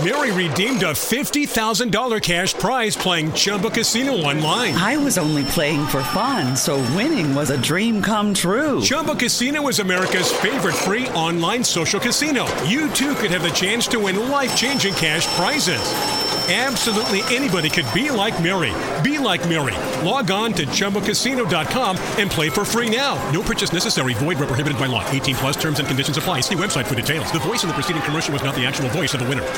Mary redeemed a $50,000 cash prize playing Chumba Casino online. I was only playing for fun, so winning was a dream come true. Chumba Casino is America's favorite free online social casino. You too could have the chance to win life-changing cash prizes. Absolutely anybody could be like Mary. Be like Mary. Log on to ChumbaCasino.com and play for free now. No purchase necessary. Void where prohibited by law. 18 plus terms and conditions apply. See website for details. The voice of the preceding commercial was not the actual voice of the winner.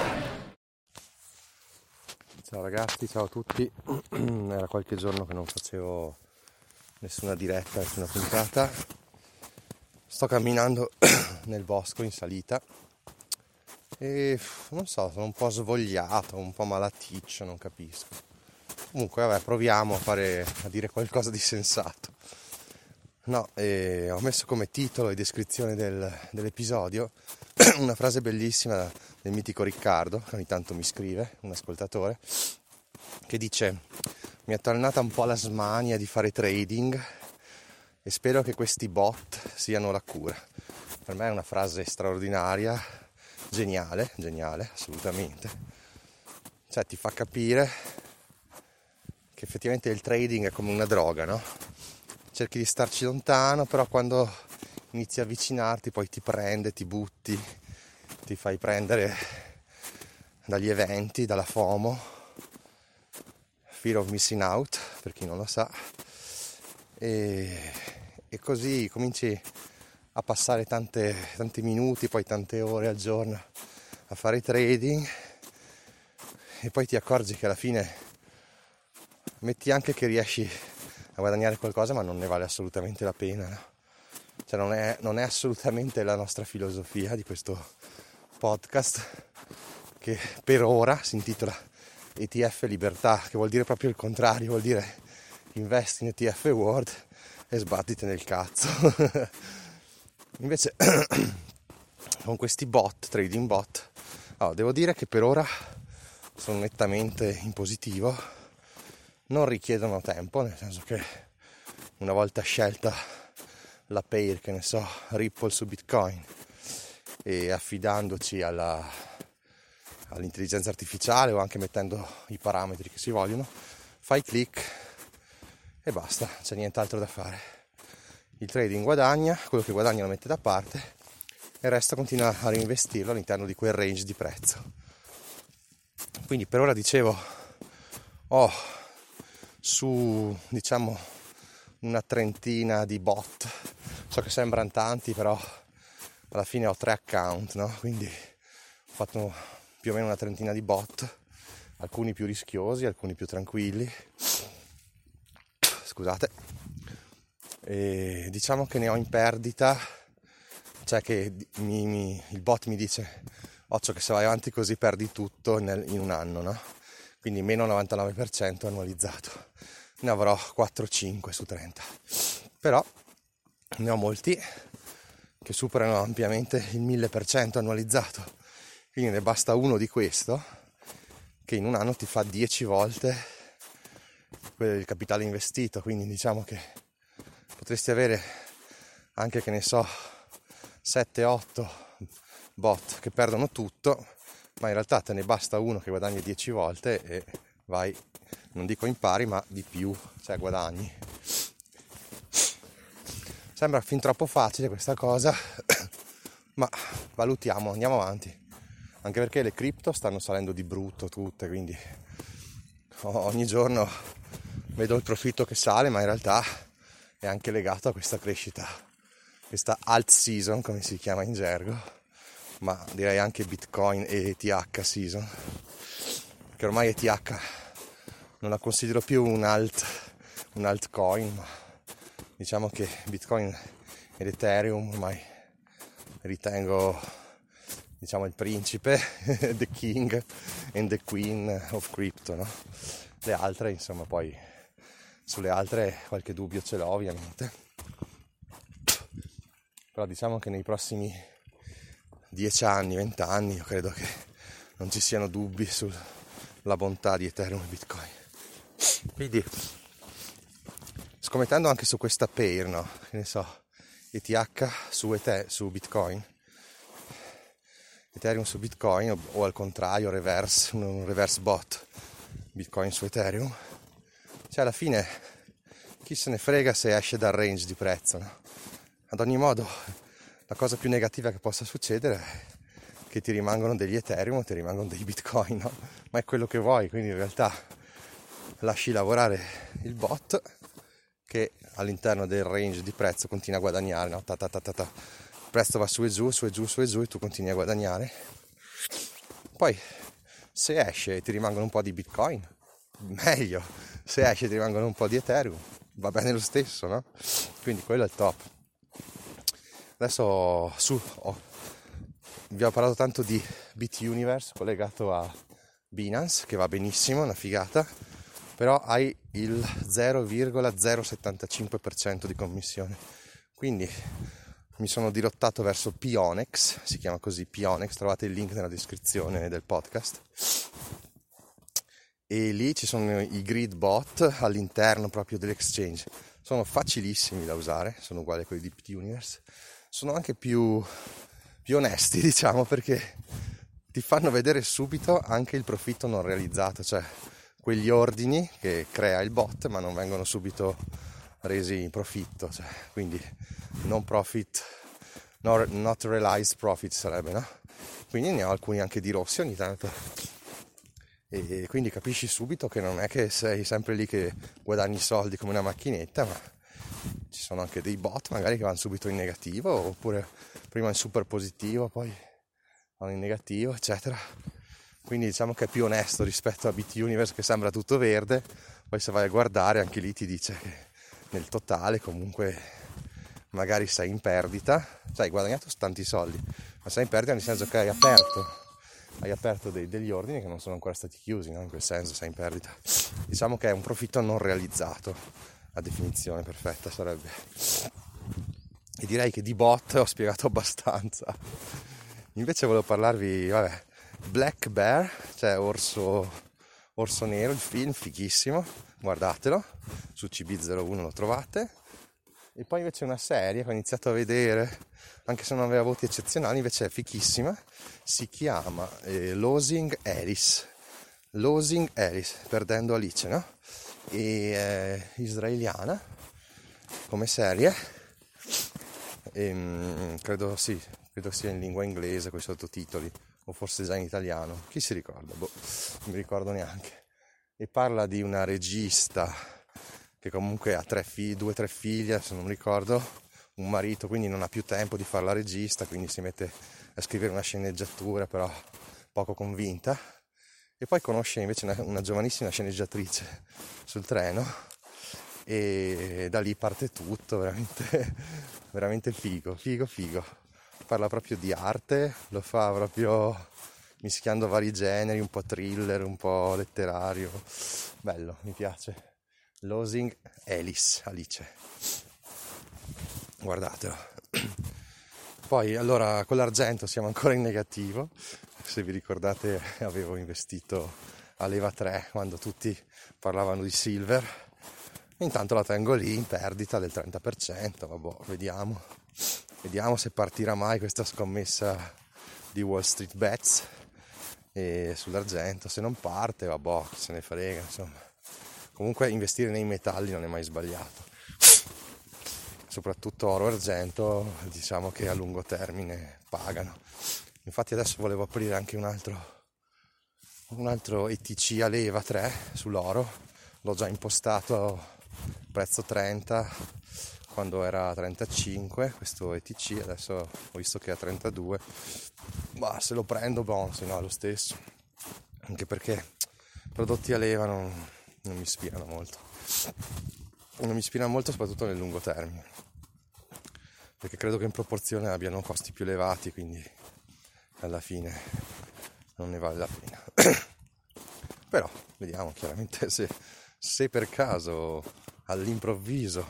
Ciao ragazzi, ciao a tutti. Era qualche giorno che non facevo nessuna diretta, nessuna puntata. Sto camminando nel bosco in salita e non so, sono un po' svogliato, un po' malaticcio, non capisco. Comunque vabbè, proviamo a dire qualcosa di sensato. No, ho messo come titolo e descrizione dell'episodio una frase bellissima del mitico Riccardo, che ogni tanto mi scrive, un ascoltatore, che dice: mi è tornata un po' la smania di fare trading e spero che questi bot siano la cura. Per me è una frase straordinaria, geniale, assolutamente. Cioè ti fa capire che effettivamente il trading è come una droga, no? Cerchi di starci lontano, però quando inizi a avvicinarti poi ti prende, ti butti, ti fai prendere dagli eventi, dalla FOMO, Fear of Missing Out, per chi non lo sa, e così cominci a passare tanti minuti, poi tante ore al giorno a fare trading e poi ti accorgi che alla fine metti anche che riesci a guadagnare qualcosa, ma non ne vale assolutamente la pena, no? Cioè non è assolutamente la nostra filosofia di questo podcast, che per ora si intitola ETF Libertà, che vuol dire proprio il contrario, vuol dire investi in ETF World e sbattite nel cazzo. Invece con questi bot, trading bot, devo dire che per ora sono nettamente in positivo, non richiedono tempo, nel senso che una volta scelta la pair, che ne so, Ripple su Bitcoin, e affidandoci all'intelligenza artificiale o anche mettendo i parametri che si vogliono, fai click e basta, c'è nient'altro da fare. Il trading guadagna, quello che guadagna lo mette da parte e il resto continua a reinvestirlo all'interno di quel range di prezzo. Quindi per ora dicevo, su diciamo una trentina di bot, so che sembrano tanti, però alla fine ho 3 account, no? Quindi ho fatto più o meno una trentina di bot, alcuni più rischiosi, alcuni più tranquilli, scusate, e diciamo che ne ho in perdita, cioè che il bot mi dice: occhio che se vai avanti così perdi tutto in un anno, no? Quindi meno 99% annualizzato. Ne avrò 4-5 su 30. Però ne ho molti che superano ampiamente il 1000% annualizzato. Quindi ne basta uno di questo che in un anno ti fa 10 volte il capitale investito. Quindi diciamo che potresti avere anche, che ne so, 7-8 bot che perdono tutto, ma in realtà te ne basta uno che guadagni 10 volte e vai, non dico impari, ma di più, cioè guadagni. Sembra fin troppo facile questa cosa, ma valutiamo, andiamo avanti, anche perché le cripto stanno salendo di brutto tutte, quindi ogni giorno vedo il profitto che sale, ma in realtà è anche legato a questa crescita, questa alt season come si chiama in gergo, ma direi anche Bitcoin e ETH season, che ormai ETH non la considero più un altcoin, ma diciamo che Bitcoin ed Ethereum ormai ritengo, diciamo, il principe, the king and the queen of crypto, no? Le altre, insomma, poi sulle altre qualche dubbio ce l'ho ovviamente, però diciamo che nei prossimi 10 anni, 20 anni, io credo che non ci siano dubbi sulla bontà di Ethereum e Bitcoin. Quindi, scommettendo anche su questa pair, no? Che ne so, ETH su Bitcoin. Ethereum su Bitcoin o al contrario un reverse bot Bitcoin su Ethereum, cioè alla fine chi se ne frega se esce dal range di prezzo, no? Ad ogni modo la cosa più negativa che possa succedere è che ti rimangono degli Ethereum o ti rimangono dei Bitcoin, no? Ma è quello che vuoi, quindi in realtà lasci lavorare il bot che all'interno del range di prezzo continua a guadagnare, no? Il prezzo va su e giù, su e giù, su e giù e tu continui a guadagnare. Poi se esce e ti rimangono un po' di Bitcoin, meglio. Se esce e ti rimangono un po' di Ethereum, va bene lo stesso, no? Quindi quello è il top. Adesso vi ho parlato tanto di BitUniverse collegato a Binance, che va benissimo, una figata, però hai il 0,075% di commissione. Quindi mi sono dirottato verso Pionex, si chiama così Pionex, trovate il link nella descrizione del podcast. E lì ci sono i grid bot all'interno proprio dell'exchange. Sono facilissimi da usare, sono uguali a quelli di BitUniverse. Sono anche più onesti, diciamo, perché ti fanno vedere subito anche il profitto non realizzato, cioè quegli ordini che crea il bot ma non vengono subito resi in profitto, cioè, quindi not realized profit sarebbe, no? Quindi ne ho alcuni anche di rossi ogni tanto e quindi capisci subito che non è che sei sempre lì che guadagni soldi come una macchinetta, ma ci sono anche dei bot magari che vanno subito in negativo, oppure prima in super positivo, poi vanno in negativo, eccetera. Quindi diciamo che è più onesto rispetto a BitUniverse che sembra tutto verde, poi se vai a guardare anche lì ti dice che nel totale comunque magari sei in perdita, cioè hai guadagnato tanti soldi, ma sei in perdita nel senso che hai aperto degli ordini che non sono ancora stati chiusi, no? In quel senso sei in perdita. Diciamo che è un profitto non realizzato, la definizione perfetta sarebbe. E direi che di bot ho spiegato abbastanza. Invece volevo parlarvi, Black Bear, cioè orso nero, il film fighissimo, guardatelo, su CB01 lo trovate. E poi invece una serie che ho iniziato a vedere, anche se non aveva voti eccezionali, invece è fichissima, si chiama Losing Alice, perdendo Alice, no? E è israeliana come serie, e, credo sia in lingua inglese con i sottotitoli, o forse già in italiano, chi si ricorda? Non mi ricordo neanche. E parla di una regista che comunque ha 2 o 3 figlie, se non mi ricordo, un marito, quindi non ha più tempo di fare la regista, quindi si mette a scrivere una sceneggiatura però poco convinta, e poi conosce invece una giovanissima sceneggiatrice sul treno e da lì parte tutto, veramente, veramente figo. Parla proprio di arte, lo fa proprio mischiando vari generi, un po' thriller, un po' letterario, bello, mi piace. Losing Alice, guardatelo. Poi allora con l'argento siamo ancora in negativo, se vi ricordate avevo investito a leva 3 quando tutti parlavano di silver, intanto la tengo lì in perdita del 30%, vediamo se partirà mai questa scommessa di Wall Street Bets e sull'argento. Se non parte chi se ne frega, insomma. Comunque investire nei metalli non è mai sbagliato, soprattutto oro e argento, diciamo che a lungo termine pagano. Infatti adesso volevo aprire anche un altro ETC a leva 3 sull'oro, l'ho già impostato prezzo 30 quando era a 35 questo ETC, adesso ho visto che è a 32, ma se lo prendo se no è lo stesso, anche perché prodotti a leva non mi ispirano molto, soprattutto nel lungo termine, perché credo che in proporzione abbiano costi più elevati, quindi alla fine non ne vale la pena. Però vediamo, chiaramente se per caso all'improvviso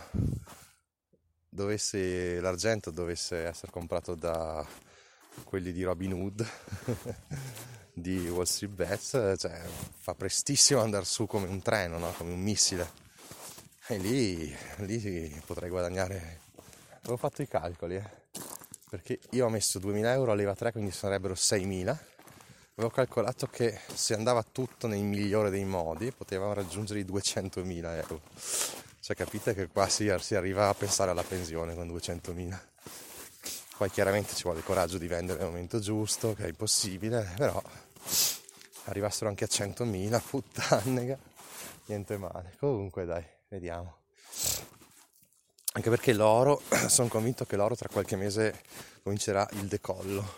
l'argento dovesse essere comprato da quelli di Robin Hood di Wall Street Bets, cioè fa prestissimo andare su come un treno, no? Come un missile, e lì potrei guadagnare. Avevo fatto i calcoli perché io ho messo 2.000 euro a leva 3, quindi sarebbero 6.000. Avevo calcolato che se andava tutto nel migliore dei modi potevamo raggiungere i 200.000 euro. Cioè capite che qua si arriva a pensare alla pensione con 200.000. Poi chiaramente ci vuole il coraggio di vendere nel momento giusto, che è impossibile, però arrivassero anche a 100.000, puttane, niente male. Comunque dai, vediamo. Anche perché l'oro, sono convinto che l'oro tra qualche mese comincerà il decollo.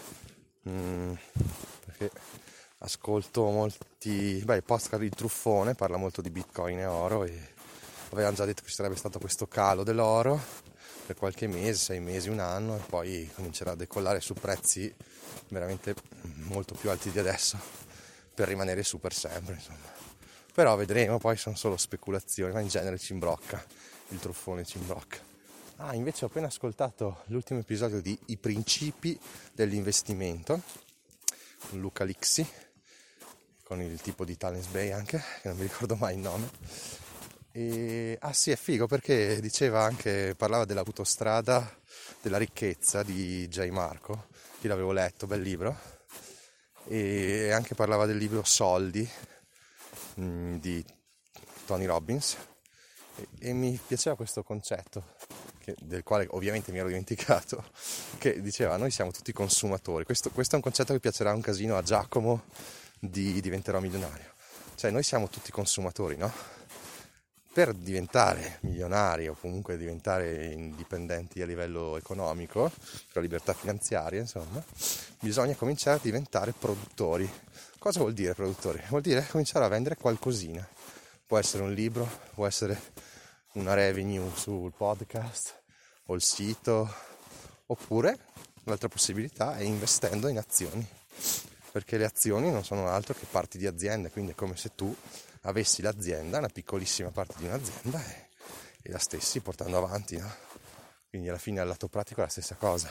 Perché ascolto molti podcast di Truffone, parla molto di Bitcoin e oro, e avevano già detto che ci sarebbe stato questo calo dell'oro per qualche mese, 6 mesi, un anno, e poi comincerà a decollare su prezzi veramente molto più alti di adesso per rimanere su per sempre, insomma. Però vedremo, poi sono solo speculazioni, ma in genere ci imbrocca, il Truffone ci imbrocca. Invece ho appena ascoltato l'ultimo episodio di I principi dell'investimento con Luca Lixi, con il tipo di Talents Bay anche, che non mi ricordo mai il nome. E sì, è figo perché parlava dell'autostrada della ricchezza di J. Marco, che l'avevo letto, bel libro, e anche parlava del libro Soldi di Tony Robbins, e mi piaceva questo concetto, del quale ovviamente mi ero dimenticato, che diceva: noi siamo tutti consumatori. Questo è un concetto che piacerà un casino a Giacomo di Diventerò Milionario. Cioè noi siamo tutti consumatori, no? Per diventare milionari o comunque diventare indipendenti a livello economico, per la libertà finanziaria, insomma, bisogna cominciare a diventare produttori. Cosa vuol dire produttori? Vuol dire cominciare a vendere qualcosina. Può essere un libro, può essere una revenue sul podcast o il sito, oppure l'altra possibilità è investendo in azioni, perché le azioni non sono altro che parti di aziende, quindi è come se tu avessi l'azienda, una piccolissima parte di un'azienda, e la stessi portando avanti, no? Quindi alla fine al lato pratico è la stessa cosa,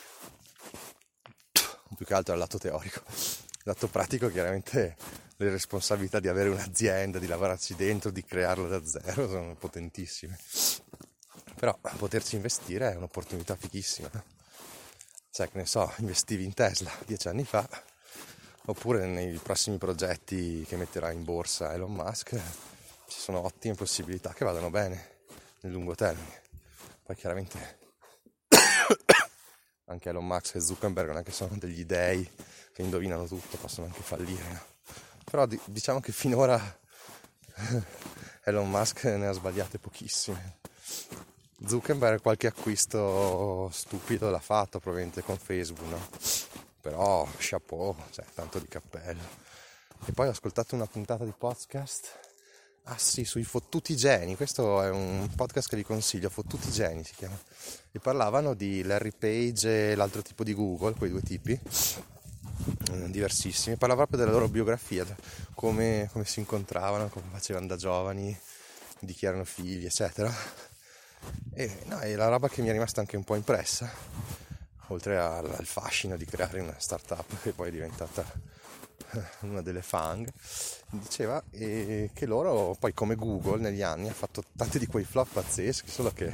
più che altro al lato teorico. Il lato pratico chiaramente le responsabilità di avere un'azienda, di lavorarci dentro, di crearla da zero sono potentissime, però poterci investire è un'opportunità fighissima. Cioè, che ne so, investivi in Tesla 10 anni fa, oppure nei prossimi progetti che metterà in borsa Elon Musk, ci sono ottime possibilità che vadano bene nel lungo termine. Poi chiaramente anche Elon Musk e Zuckerberg non è che sono degli dei che indovinano tutto, possono anche fallire, no? Però diciamo che finora Elon Musk ne ha sbagliate pochissime. Zuckerberg qualche acquisto stupido l'ha fatto probabilmente con Facebook, no? Però chapeau, cioè tanto di cappello. E poi ho ascoltato una puntata di podcast, sui fottuti geni. Questo è un podcast che vi consiglio, Fottuti geni si chiama, e parlavano di Larry Page e l'altro tipo di Google, quei due tipi diversissimi. Parlava proprio della loro biografia, come si incontravano, come facevano da giovani, di chi erano figli, eccetera. E è la roba che mi è rimasta anche un po' impressa, oltre al fascino di creare una startup che poi è diventata una delle FANG. Diceva che loro poi, come Google negli anni, ha fatto tanti di quei flop pazzeschi, solo che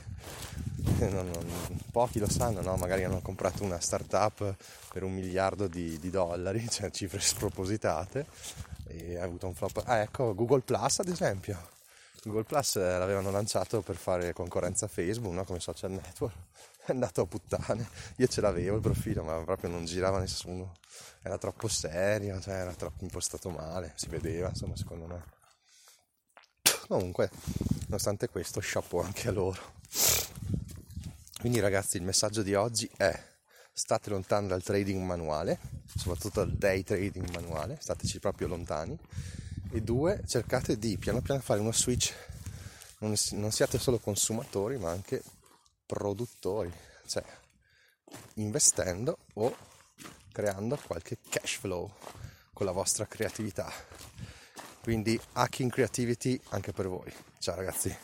pochi lo sanno, no? Magari hanno comprato una startup per $1 miliardo, cioè cifre spropositate, e ha avuto un flop. Ecco, Google Plus ad esempio. Google Plus l'avevano lanciato per fare concorrenza a Facebook, no? Come social network. È andato a puttane. Io ce l'avevo il profilo, ma proprio non girava nessuno, era troppo serio, cioè era troppo impostato male, si vedeva, insomma, secondo me. Comunque, nonostante questo, chapeau anche a loro. Quindi ragazzi, il messaggio di oggi è: state lontani dal trading manuale, soprattutto dal day trading manuale, stateci proprio lontani. E 2, cercate di piano piano fare uno switch, non siate solo consumatori ma anche produttori, cioè investendo o creando qualche cash flow con la vostra creatività. Quindi hacking creativity anche per voi. Ciao ragazzi.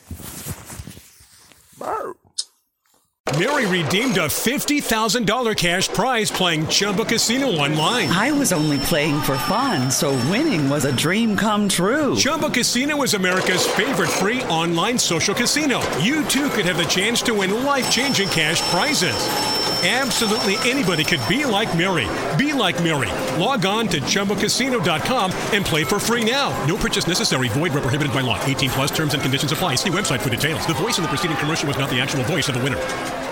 Mary redeemed a $50,000 cash prize playing Chumba Casino online. I was only playing for fun, so winning was a dream come true. Chumba Casino is America's favorite free online social casino. You too could have the chance to win life-changing cash prizes. Absolutely anybody could be like Mary. Be like Mary. Log on to ChumboCasino.com and play for free now. No purchase necessary. Void where prohibited by law. 18 plus terms and conditions apply. See website for details. The voice in the preceding commercial was not the actual voice of the winner.